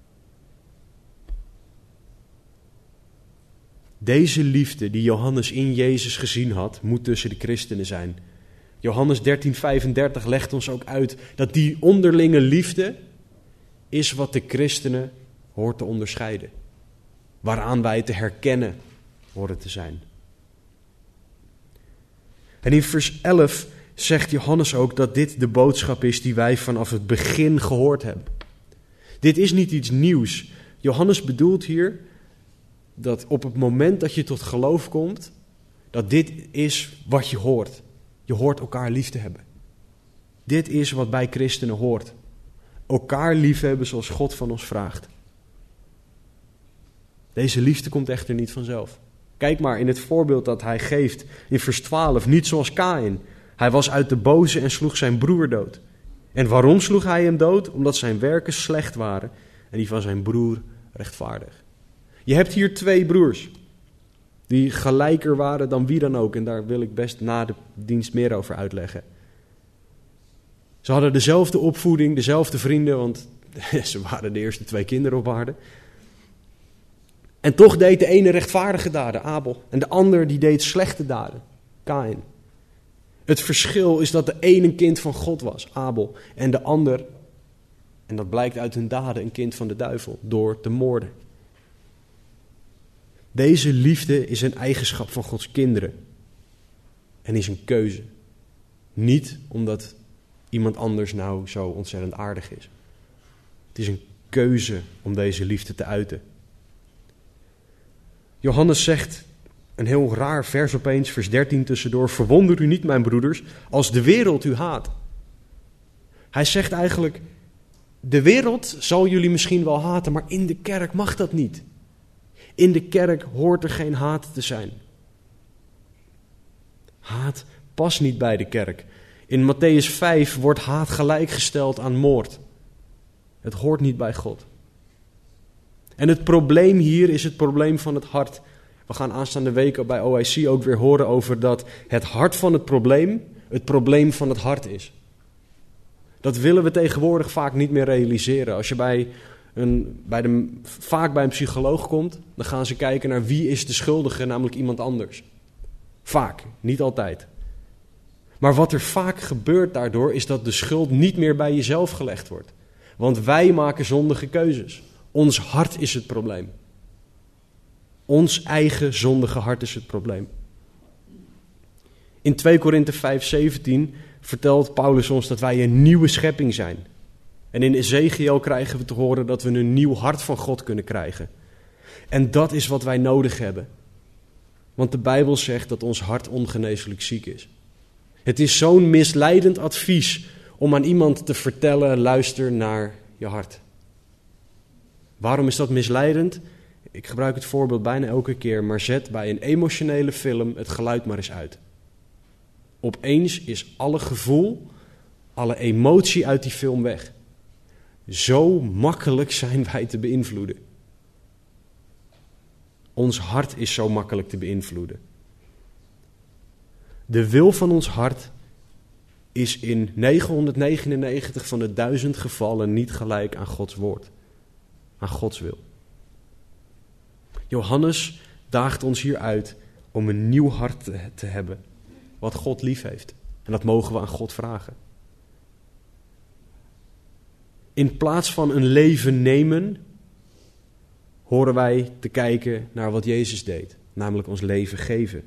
Deze liefde die Johannes in Jezus gezien had, moet tussen de christenen zijn. Johannes dertien vijfendertig legt ons ook uit dat die onderlinge liefde is wat de christenen hoort te onderscheiden. Waaraan wij te herkennen horen te zijn. En in vers elf zegt Johannes ook dat dit de boodschap is die wij vanaf het begin gehoord hebben. Dit is niet iets nieuws. Johannes bedoelt hier dat op het moment dat je tot geloof komt, dat dit is wat je hoort. Je hoort elkaar lief te hebben. Dit is wat bij christenen hoort. Elkaar lief hebben zoals God van ons vraagt. Deze liefde komt echter niet vanzelf. Kijk maar in het voorbeeld dat hij geeft in vers twaalf, niet zoals Kaïn. Hij was uit de boze en sloeg zijn broer dood. En waarom sloeg hij hem dood? Omdat zijn werken slecht waren en die van zijn broer rechtvaardig. Je hebt hier twee broers die gelijker waren dan wie dan ook. En daar wil ik best na de dienst meer over uitleggen. Ze hadden dezelfde opvoeding, dezelfde vrienden, want ze waren de eerste twee kinderen op aarde. En toch deed de ene rechtvaardige daden, Abel. En de ander die deed slechte daden, Kaïn. Het verschil is dat de ene een kind van God was, Abel. En de ander, en dat blijkt uit hun daden, een kind van de duivel, door te moorden. Deze liefde is een eigenschap van Gods kinderen. En is een keuze. Niet omdat iemand anders nou zo ontzettend aardig is. Het is een keuze om deze liefde te uiten. Johannes zegt, een heel raar vers opeens, vers dertien tussendoor. Verwonder u niet, mijn broeders, als de wereld u haat. Hij zegt eigenlijk, de wereld zal jullie misschien wel haten, maar in de kerk mag dat niet. In de kerk hoort er geen haat te zijn. Haat past niet bij de kerk. In Mattheüs vijf wordt haat gelijkgesteld aan moord. Het hoort niet bij God. En het probleem hier is het probleem van het hart. We gaan aanstaande weken bij O I C ook weer horen over dat het hart van het probleem het probleem van het hart is. Dat willen we tegenwoordig vaak niet meer realiseren. Als je bij een, bij de, vaak bij een psycholoog komt, dan gaan ze kijken naar wie is de schuldige, namelijk iemand anders. Vaak, niet altijd. Maar wat er vaak gebeurt daardoor is dat de schuld niet meer bij jezelf gelegd wordt. Want wij maken zondige keuzes. Ons hart is het probleem. Ons eigen zondige hart is het probleem. In twee Korinthe vijf zeventien vertelt Paulus ons dat wij een nieuwe schepping zijn. En in Ezekiel krijgen we te horen dat we een nieuw hart van God kunnen krijgen. En dat is wat wij nodig hebben. Want de Bijbel zegt dat ons hart ongeneeslijk ziek is. Het is zo'n misleidend advies om aan iemand te vertellen, luister naar je hart. Waarom is dat misleidend? Ik gebruik het voorbeeld bijna elke keer, maar zet bij een emotionele film het geluid maar eens uit. Opeens is alle gevoel, alle emotie uit die film weg. Zo makkelijk zijn wij te beïnvloeden. Ons hart is zo makkelijk te beïnvloeden. De wil van ons hart is in negenhonderdnegenennegentig van de duizend gevallen niet gelijk aan Gods woord. Aan Gods wil. Johannes daagt ons hier uit om een nieuw hart te, te hebben. Wat God lief heeft. En dat mogen we aan God vragen. In plaats van een leven nemen, horen wij te kijken naar wat Jezus deed. Namelijk ons leven geven.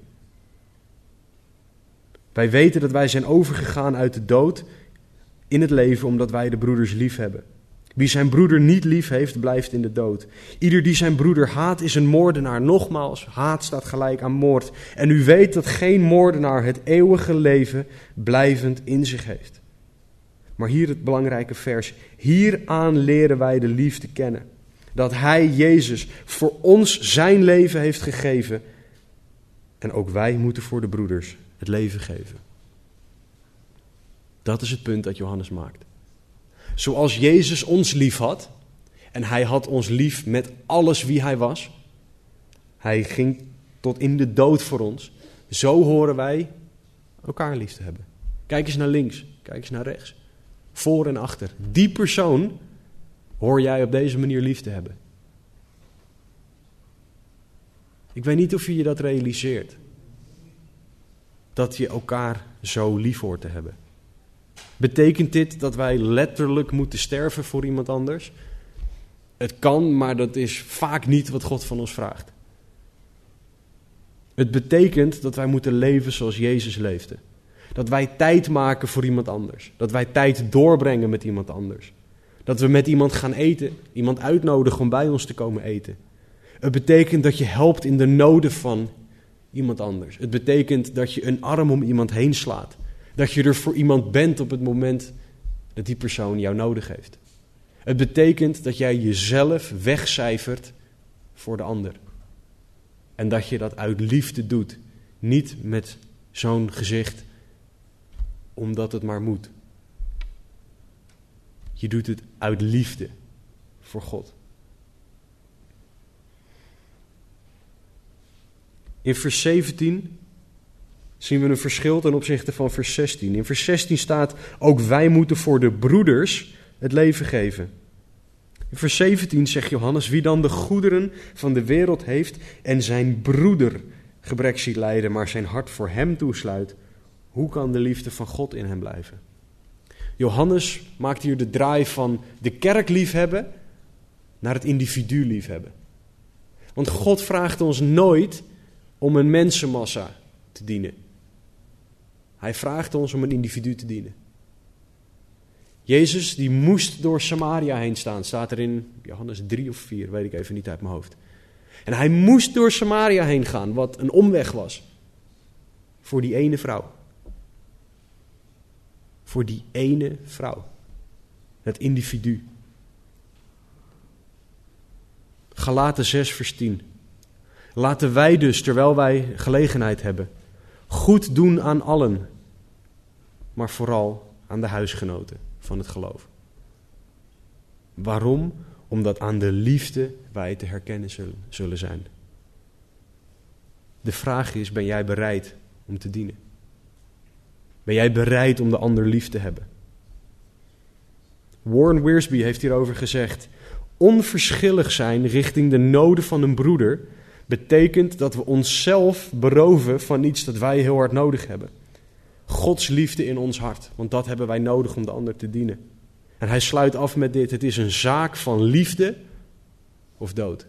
Wij weten dat wij zijn overgegaan uit de dood in het leven omdat wij de broeders lief hebben. Wie zijn broeder niet lief heeft, blijft in de dood. Ieder die zijn broeder haat, is een moordenaar. Nogmaals, haat staat gelijk aan moord. En u weet dat geen moordenaar het eeuwige leven blijvend in zich heeft. Maar hier het belangrijke vers. Hieraan leren wij de liefde kennen. Dat Hij, Jezus, voor ons zijn leven heeft gegeven. En ook wij moeten voor de broeders het leven geven. Dat is het punt dat Johannes maakt. Zoals Jezus ons lief had, en Hij had ons lief met alles wie Hij was. Hij ging tot in de dood voor ons. Zo horen wij elkaar lief te hebben. Kijk eens naar links, kijk eens naar rechts. Voor en achter. Die persoon hoor jij op deze manier lief te hebben. Ik weet niet of je je dat realiseert. Dat je elkaar zo lief hoort te hebben. Betekent dit dat wij letterlijk moeten sterven voor iemand anders? Het kan, maar dat is vaak niet wat God van ons vraagt. Het betekent dat wij moeten leven zoals Jezus leefde. Dat wij tijd maken voor iemand anders. Dat wij tijd doorbrengen met iemand anders. Dat we met iemand gaan eten. Iemand uitnodigen om bij ons te komen eten. Het betekent dat je helpt in de noden van iemand anders. Het betekent dat je een arm om iemand heen slaat. Dat je er voor iemand bent op het moment dat die persoon jou nodig heeft. Het betekent dat jij jezelf wegcijfert voor de ander. En dat je dat uit liefde doet. Niet met zo'n gezicht, omdat het maar moet. Je doet het uit liefde voor God. In vers zeventien zien we een verschil ten opzichte van vers zestien. In vers zestien staat, ook wij moeten voor de broeders het leven geven. In vers zeventien zegt Johannes, wie dan de goederen van de wereld heeft en zijn broeder gebrek ziet lijden, maar zijn hart voor hem toesluit, hoe kan de liefde van God in hem blijven? Johannes maakt hier de draai van de kerk liefhebben naar het individu liefhebben. Want God vraagt ons nooit om een mensenmassa te dienen. Hij vraagt ons om een individu te dienen. Jezus die moest door Samaria heen staan. Staat er in Johannes drie of vier, weet ik even niet uit mijn hoofd. En hij moest door Samaria heen gaan, wat een omweg was. Voor die ene vrouw. Voor die ene vrouw. Het individu. Galaten zes vers tien. Laten wij dus, terwijl wij gelegenheid hebben, goed doen aan allen, maar vooral aan de huisgenoten van het geloof. Waarom? Omdat aan de liefde wij te herkennen zullen, zullen zijn. De vraag is, ben jij bereid om te dienen? Ben jij bereid om de ander lief te hebben? Warren Wiersbe heeft hierover gezegd, onverschillig zijn richting de noden van een broeder betekent dat we onszelf beroven van iets dat wij heel hard nodig hebben. Gods liefde in ons hart, want dat hebben wij nodig om de ander te dienen. En hij sluit af met dit, het is een zaak van liefde of dood.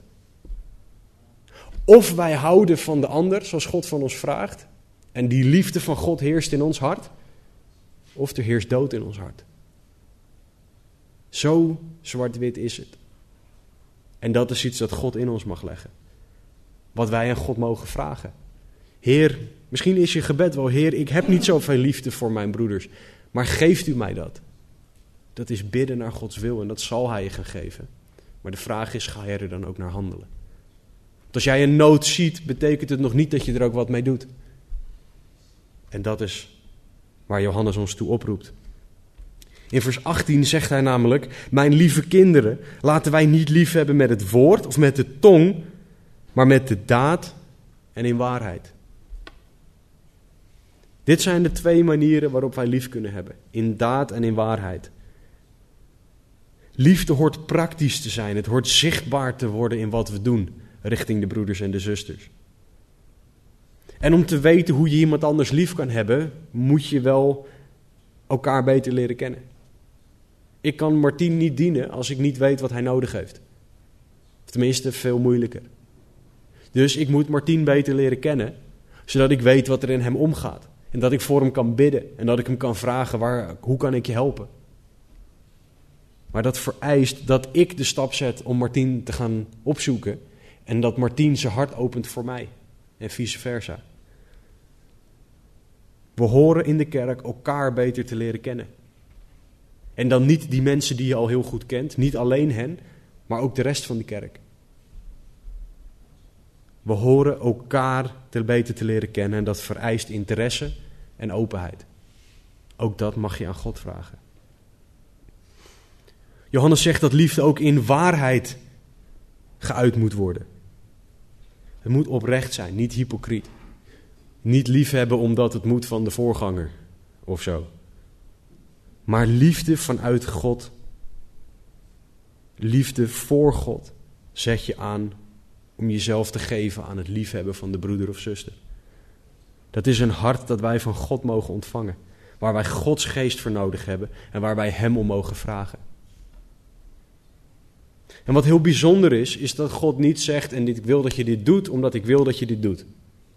Of wij houden van de ander, zoals God van ons vraagt, en die liefde van God heerst in ons hart, of er heerst dood in ons hart. Zo zwart-wit is het. En dat is iets dat God in ons mag leggen. Wat wij aan God mogen vragen. Heer, misschien is je gebed wel, Heer, ik heb niet zoveel liefde voor mijn broeders. Maar geeft u mij dat? Dat is bidden naar Gods wil en dat zal hij je gaan geven. Maar de vraag is, ga je er dan ook naar handelen? Want als jij een nood ziet, betekent het nog niet dat je er ook wat mee doet. En dat is waar Johannes ons toe oproept. In vers achttien zegt hij namelijk, mijn lieve kinderen, laten wij niet lief hebben met het woord of met de tong, maar met de daad en in waarheid. Dit zijn de twee manieren waarop wij lief kunnen hebben. In daad en in waarheid. Liefde hoort praktisch te zijn. Het hoort zichtbaar te worden in wat we doen richting de broeders en de zusters. En om te weten hoe je iemand anders lief kan hebben, moet je wel elkaar beter leren kennen. Ik kan Martien niet dienen als ik niet weet wat hij nodig heeft. Of tenminste, veel moeilijker. Dus ik moet Martien beter leren kennen, zodat ik weet wat er in hem omgaat. En dat ik voor hem kan bidden en dat ik hem kan vragen, waar, hoe kan ik je helpen? Maar dat vereist dat ik de stap zet om Martien te gaan opzoeken en dat Martien zijn hart opent voor mij en vice versa. We horen in de kerk elkaar beter te leren kennen. En dan niet die mensen die je al heel goed kent, niet alleen hen, maar ook de rest van de kerk. We horen elkaar te beter te leren kennen en dat vereist interesse en openheid. Ook dat mag je aan God vragen. Johannes zegt dat liefde ook in waarheid geuit moet worden. Het moet oprecht zijn, niet hypocriet. Niet liefhebben omdat het moet van de voorganger of zo. Maar liefde vanuit God, liefde voor God, zet je aan om jezelf te geven aan het liefhebben van de broeder of zuster. Dat is een hart dat wij van God mogen ontvangen. Waar wij Gods geest voor nodig hebben en waar wij hem om mogen vragen. En wat heel bijzonder is, is dat God niet zegt, en ik wil dat je dit doet, omdat ik wil dat je dit doet.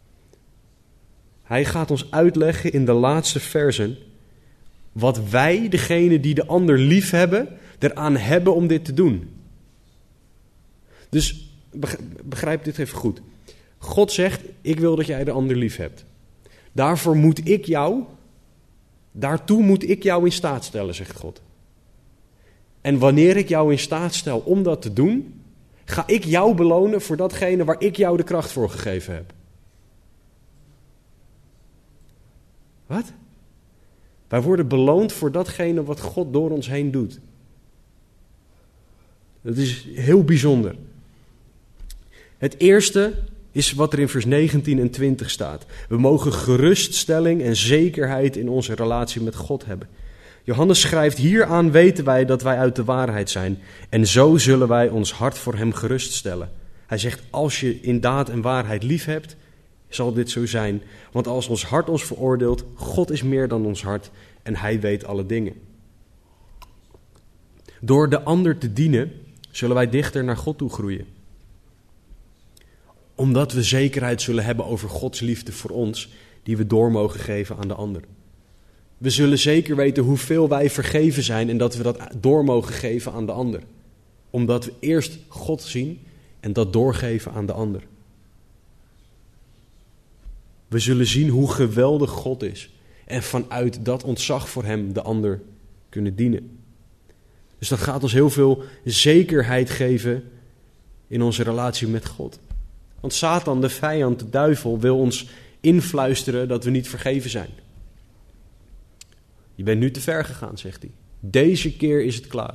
Hij gaat ons uitleggen in de laatste versen wat wij, degene die de ander lief hebben, eraan hebben om dit te doen. Dus begrijp dit even goed. God zegt, ik wil dat jij de ander lief hebt. Daarvoor moet ik jou, daartoe moet ik jou in staat stellen, zegt God. En wanneer ik jou in staat stel om dat te doen, ga ik jou belonen voor datgene waar ik jou de kracht voor gegeven heb. Wat? Wij worden beloond voor datgene wat God door ons heen doet. Dat is heel bijzonder. Het eerste is wat er in vers negentien en twintig staat. We mogen geruststelling en zekerheid in onze relatie met God hebben. Johannes schrijft, hieraan weten wij dat wij uit de waarheid zijn. En zo zullen wij ons hart voor hem geruststellen. Hij zegt, als je in daad en waarheid lief hebt, zal dit zo zijn. Want als ons hart ons veroordeelt, God is meer dan ons hart en hij weet alle dingen. Door de ander te dienen, zullen wij dichter naar God toe groeien. Omdat we zekerheid zullen hebben over Gods liefde voor ons, die we door mogen geven aan de ander. We zullen zeker weten hoeveel wij vergeven zijn en dat we dat door mogen geven aan de ander. Omdat we eerst God zien en dat doorgeven aan de ander. We zullen zien hoe geweldig God is en vanuit dat ontzag voor hem de ander kunnen dienen. Dus dat gaat ons heel veel zekerheid geven in onze relatie met God. Want Satan, de vijand, de duivel, wil ons influisteren dat we niet vergeven zijn. Je bent nu te ver gegaan, zegt hij. Deze keer is het klaar.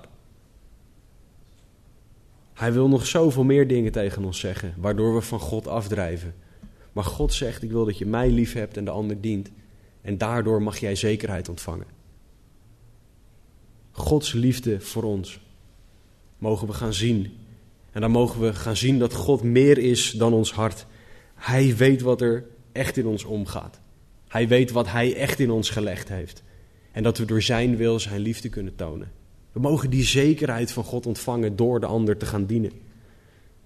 Hij wil nog zoveel meer dingen tegen ons zeggen, waardoor we van God afdrijven. Maar God zegt, ik wil dat je mij lief hebt en de ander dient. En daardoor mag jij zekerheid ontvangen. Gods liefde voor ons mogen we gaan zien. En dan mogen we gaan zien dat God meer is dan ons hart. Hij weet wat er echt in ons omgaat. Hij weet wat hij echt in ons gelegd heeft. En dat we door zijn wil zijn liefde kunnen tonen. We mogen die zekerheid van God ontvangen door de ander te gaan dienen.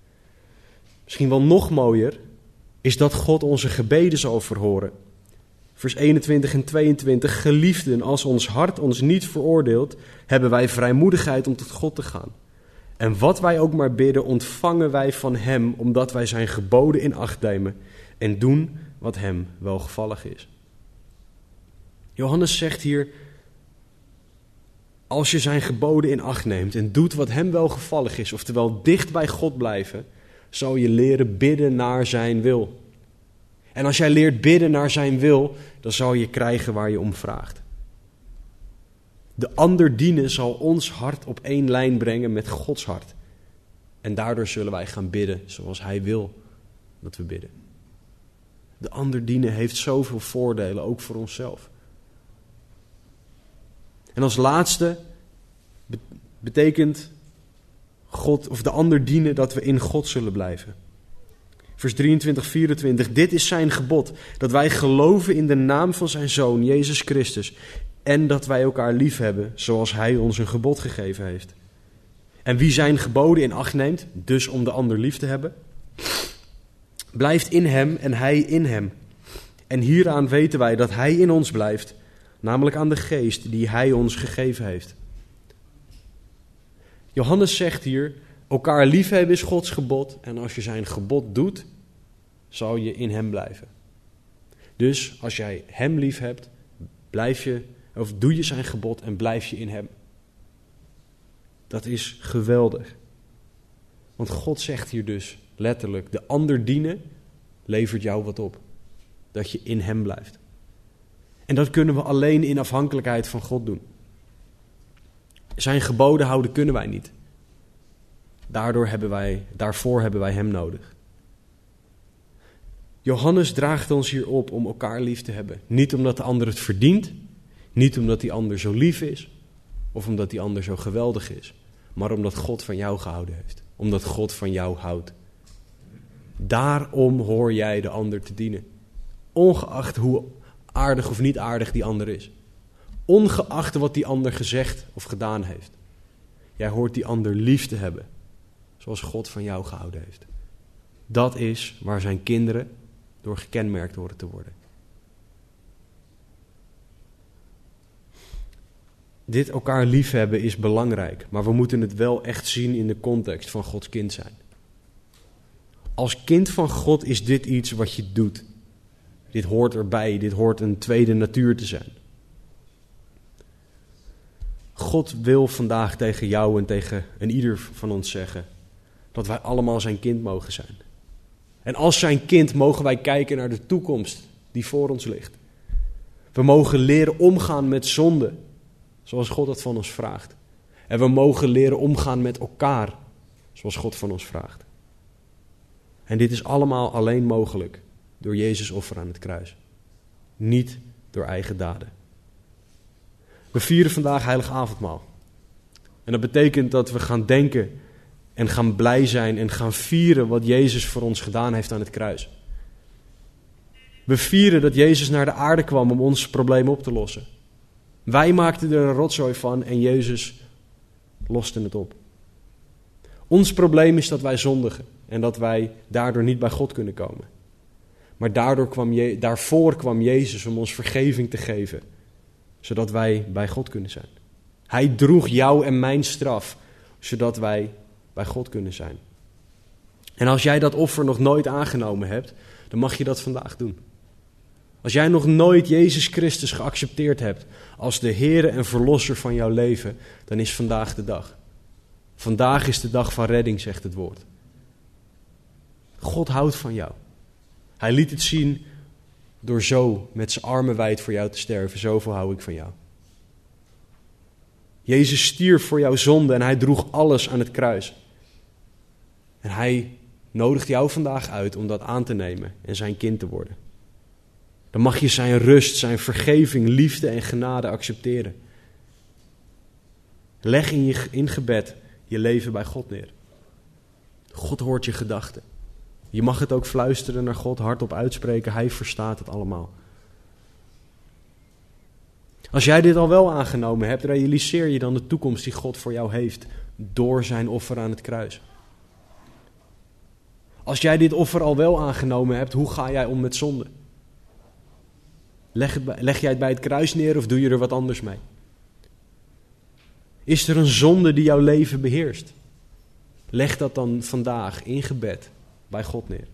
Misschien wel nog mooier is dat God onze gebeden zal verhoren. Vers eenentwintig en tweeëntwintig. Geliefden, als ons hart ons niet veroordeelt, hebben wij vrijmoedigheid om tot God te gaan. En wat wij ook maar bidden, ontvangen wij van hem, omdat wij zijn geboden in acht nemen en doen wat hem welgevallig is. Johannes zegt hier, als je zijn geboden in acht neemt en doet wat hem welgevallig is, oftewel dicht bij God blijven, zal je leren bidden naar zijn wil. En als jij leert bidden naar zijn wil, dan zal je krijgen waar je om vraagt. De ander dienen zal ons hart op één lijn brengen met Gods hart. En daardoor zullen wij gaan bidden zoals hij wil dat we bidden. De ander dienen heeft zoveel voordelen, ook voor onszelf. En als laatste betekent God of de ander dienen dat we in God zullen blijven. Vers drieëntwintig, vierentwintig. Dit is zijn gebod, dat wij geloven in de naam van zijn Zoon, Jezus Christus, en dat wij elkaar lief hebben, zoals hij ons een gebod gegeven heeft. En wie zijn geboden in acht neemt, dus om de ander lief te hebben, blijft in hem en hij in hem. En hieraan weten wij dat hij in ons blijft, namelijk aan de geest die hij ons gegeven heeft. Johannes zegt hier, elkaar liefhebben is Gods gebod en als je zijn gebod doet, zal je in hem blijven. Dus als jij hem lief hebt, blijf je, of doe je zijn gebod en blijf je in hem. Dat is geweldig. Want God zegt hier dus letterlijk, de ander dienen levert jou wat op. Dat je in hem blijft. En dat kunnen we alleen in afhankelijkheid van God doen. Zijn geboden houden kunnen wij niet. Daardoor hebben wij, daarvoor hebben wij hem nodig. Johannes draagt ons hier op om elkaar lief te hebben. Niet omdat de ander het verdient. Niet omdat die ander zo lief is. Of omdat die ander zo geweldig is. Maar omdat God van jou gehouden heeft. Omdat God van jou houdt. Daarom hoor jij de ander te dienen. Ongeacht hoe aardig of niet aardig die ander is. Ongeacht wat die ander gezegd of gedaan heeft. Jij hoort die ander lief te hebben. Zoals God van jou gehouden heeft. Dat is waar zijn kinderen door gekenmerkt horen te worden. Dit elkaar liefhebben is belangrijk, maar we moeten het wel echt zien in de context van Gods kind zijn. Als kind van God is dit iets wat je doet. Dit hoort erbij, dit hoort een tweede natuur te zijn. God wil vandaag tegen jou en tegen een ieder van ons zeggen dat wij allemaal zijn kind mogen zijn. En als zijn kind mogen wij kijken naar de toekomst die voor ons ligt. We mogen leren omgaan met zonde, zoals God dat van ons vraagt. En we mogen leren omgaan met elkaar, zoals God van ons vraagt. En dit is allemaal alleen mogelijk door Jezus' offer aan het kruis. Niet door eigen daden. We vieren vandaag heilig avondmaal. En dat betekent dat we gaan denken en gaan blij zijn en gaan vieren wat Jezus voor ons gedaan heeft aan het kruis. We vieren dat Jezus naar de aarde kwam om ons probleem op te lossen. Wij maakten er een rotzooi van en Jezus loste het op. Ons probleem is dat wij zondigen en dat wij daardoor niet bij God kunnen komen. Maar daardoor kwam Je- daarvoor kwam Jezus om ons vergeving te geven, zodat wij bij God kunnen zijn. Hij droeg jou en mijn straf, zodat wij bij God kunnen zijn. En als jij dat offer nog nooit aangenomen hebt, dan mag je dat vandaag doen. Als jij nog nooit Jezus Christus geaccepteerd hebt als de Heere en Verlosser van jouw leven, dan is vandaag de dag. Vandaag is de dag van redding, zegt het woord. God houdt van jou. Hij liet het zien door zo met zijn armen wijd voor jou te sterven. Zoveel hou ik van jou. Jezus stierf voor jouw zonde en hij droeg alles aan het kruis. En hij nodigt jou vandaag uit om dat aan te nemen en zijn kind te worden. Dan mag je zijn rust, zijn vergeving, liefde en genade accepteren. Leg in je in gebed je leven bij God neer. God hoort je gedachten. Je mag het ook fluisteren naar God, hardop uitspreken. Hij verstaat het allemaal. Als jij dit al wel aangenomen hebt, realiseer je dan de toekomst die God voor jou heeft door zijn offer aan het kruis. Als jij dit offer al wel aangenomen hebt, hoe ga jij om met zonde? Leg, het bij, leg jij het bij het kruis neer of doe je er wat anders mee? Is er een zonde die jouw leven beheerst? Leg dat dan vandaag in gebed bij God neer.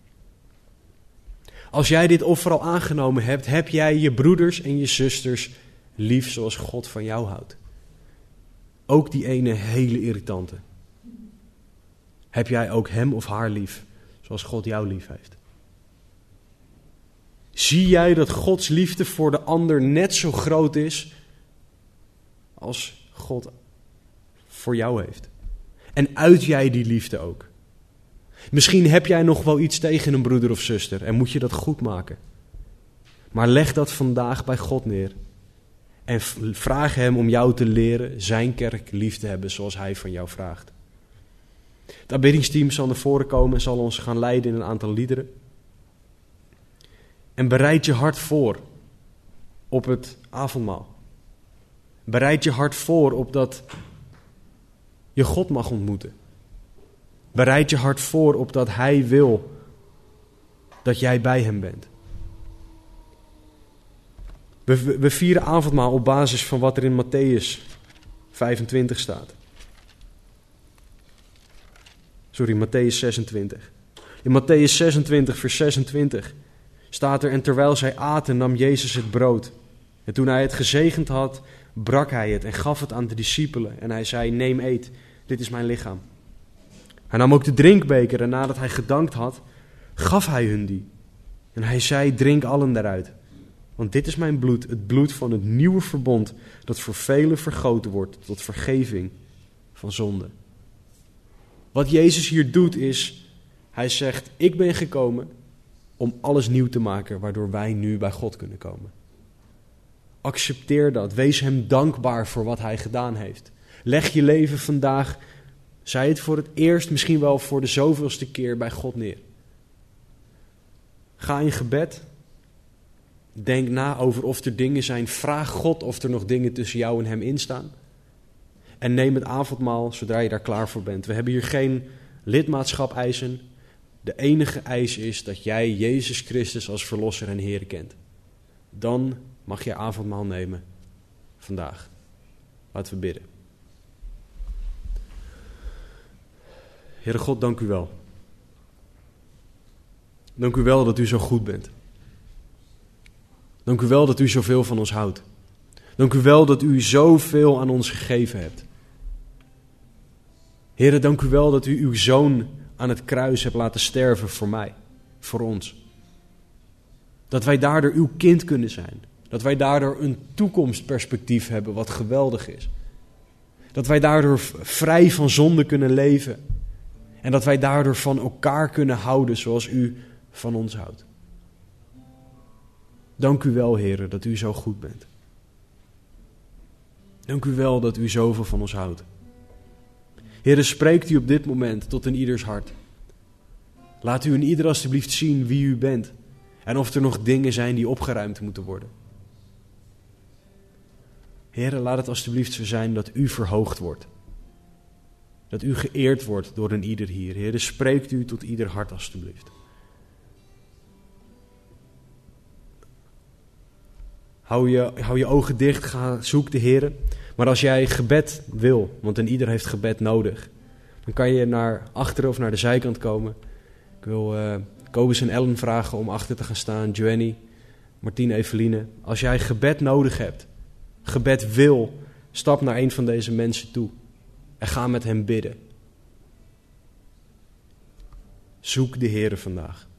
Als jij dit offer al aangenomen hebt, heb jij je broeders en je zusters lief zoals God van jou houdt. Ook die ene hele irritante. Heb jij ook hem of haar lief zoals God jou lief heeft? Zie jij dat Gods liefde voor de ander net zo groot is als God voor jou heeft? En uit jij die liefde ook? Misschien heb jij nog wel iets tegen een broeder of zuster en moet je dat goed maken. Maar leg dat vandaag bij God neer. En vraag hem om jou te leren zijn kerk lief te hebben zoals hij van jou vraagt. Het aanbiddingsteam zal naar voren komen en zal ons gaan leiden in een aantal liederen. En bereid je hart voor op het avondmaal. Bereid je hart voor op dat je God mag ontmoeten. Bereid je hart voor op dat hij wil dat jij bij hem bent. We, we vieren avondmaal op basis van wat er in Matthäus vijfentwintig staat. Sorry, Matthäus zesentwintig. In Matthäus zesentwintig, vers zesentwintig staat er: en terwijl zij aten, nam Jezus het brood. En toen hij het gezegend had, brak hij het en gaf het aan de discipelen. En hij zei: neem, eet, dit is mijn lichaam. Hij nam ook de drinkbeker en nadat hij gedankt had, gaf hij hun die. En hij zei: drink allen daaruit. Want dit is mijn bloed, het bloed van het nieuwe verbond, dat voor velen vergoten wordt tot vergeving van zonde. Wat Jezus hier doet is, hij zegt: ik ben gekomen om alles nieuw te maken, waardoor wij nu bij God kunnen komen. Accepteer dat, wees hem dankbaar voor wat hij gedaan heeft. Leg je leven vandaag, zij het voor het eerst, misschien wel voor de zoveelste keer, bij God neer. Ga in gebed. Denk na over of er dingen zijn. Vraag God of er nog dingen tussen jou en hem instaan. En neem het avondmaal zodra je daar klaar voor bent. We hebben hier geen lidmaatschap eisen. De enige eis is dat jij Jezus Christus als verlosser en Heer kent. Dan mag je avondmaal nemen vandaag. Laten we bidden. Heere God, dank u wel. Dank u wel dat u zo goed bent. Dank u wel dat u zoveel van ons houdt. Dank u wel dat u zoveel aan ons gegeven hebt. Heere, dank u wel dat u uw zoon aan het kruis hebt laten sterven voor mij, voor ons. Dat wij daardoor uw kind kunnen zijn. Dat wij daardoor een toekomstperspectief hebben wat geweldig is. Dat wij daardoor vrij van zonde kunnen leven. En dat wij daardoor van elkaar kunnen houden zoals u van ons houdt. Dank u wel, Heere, dat u zo goed bent. Dank u wel dat u zoveel van ons houdt. Heere, spreekt u op dit moment tot in ieders hart. Laat u in ieder alstublieft zien wie u bent. En of er nog dingen zijn die opgeruimd moeten worden. Heere, laat het alstublieft zo zijn dat u verhoogd wordt. Dat u geëerd wordt door een ieder hier. Heere, spreekt u tot ieder hart alstublieft. Hou je, hou je ogen dicht, ga, zoek de Heere. Maar als jij gebed wil, want een ieder heeft gebed nodig, dan kan je naar achteren of naar de zijkant komen. Ik wil uh, Kobus en Ellen vragen om achter te gaan staan, Joanny, Martine, Eveline. Als jij gebed nodig hebt, gebed wil, stap naar een van deze mensen toe en ga met hem bidden. Zoek de Heere vandaag.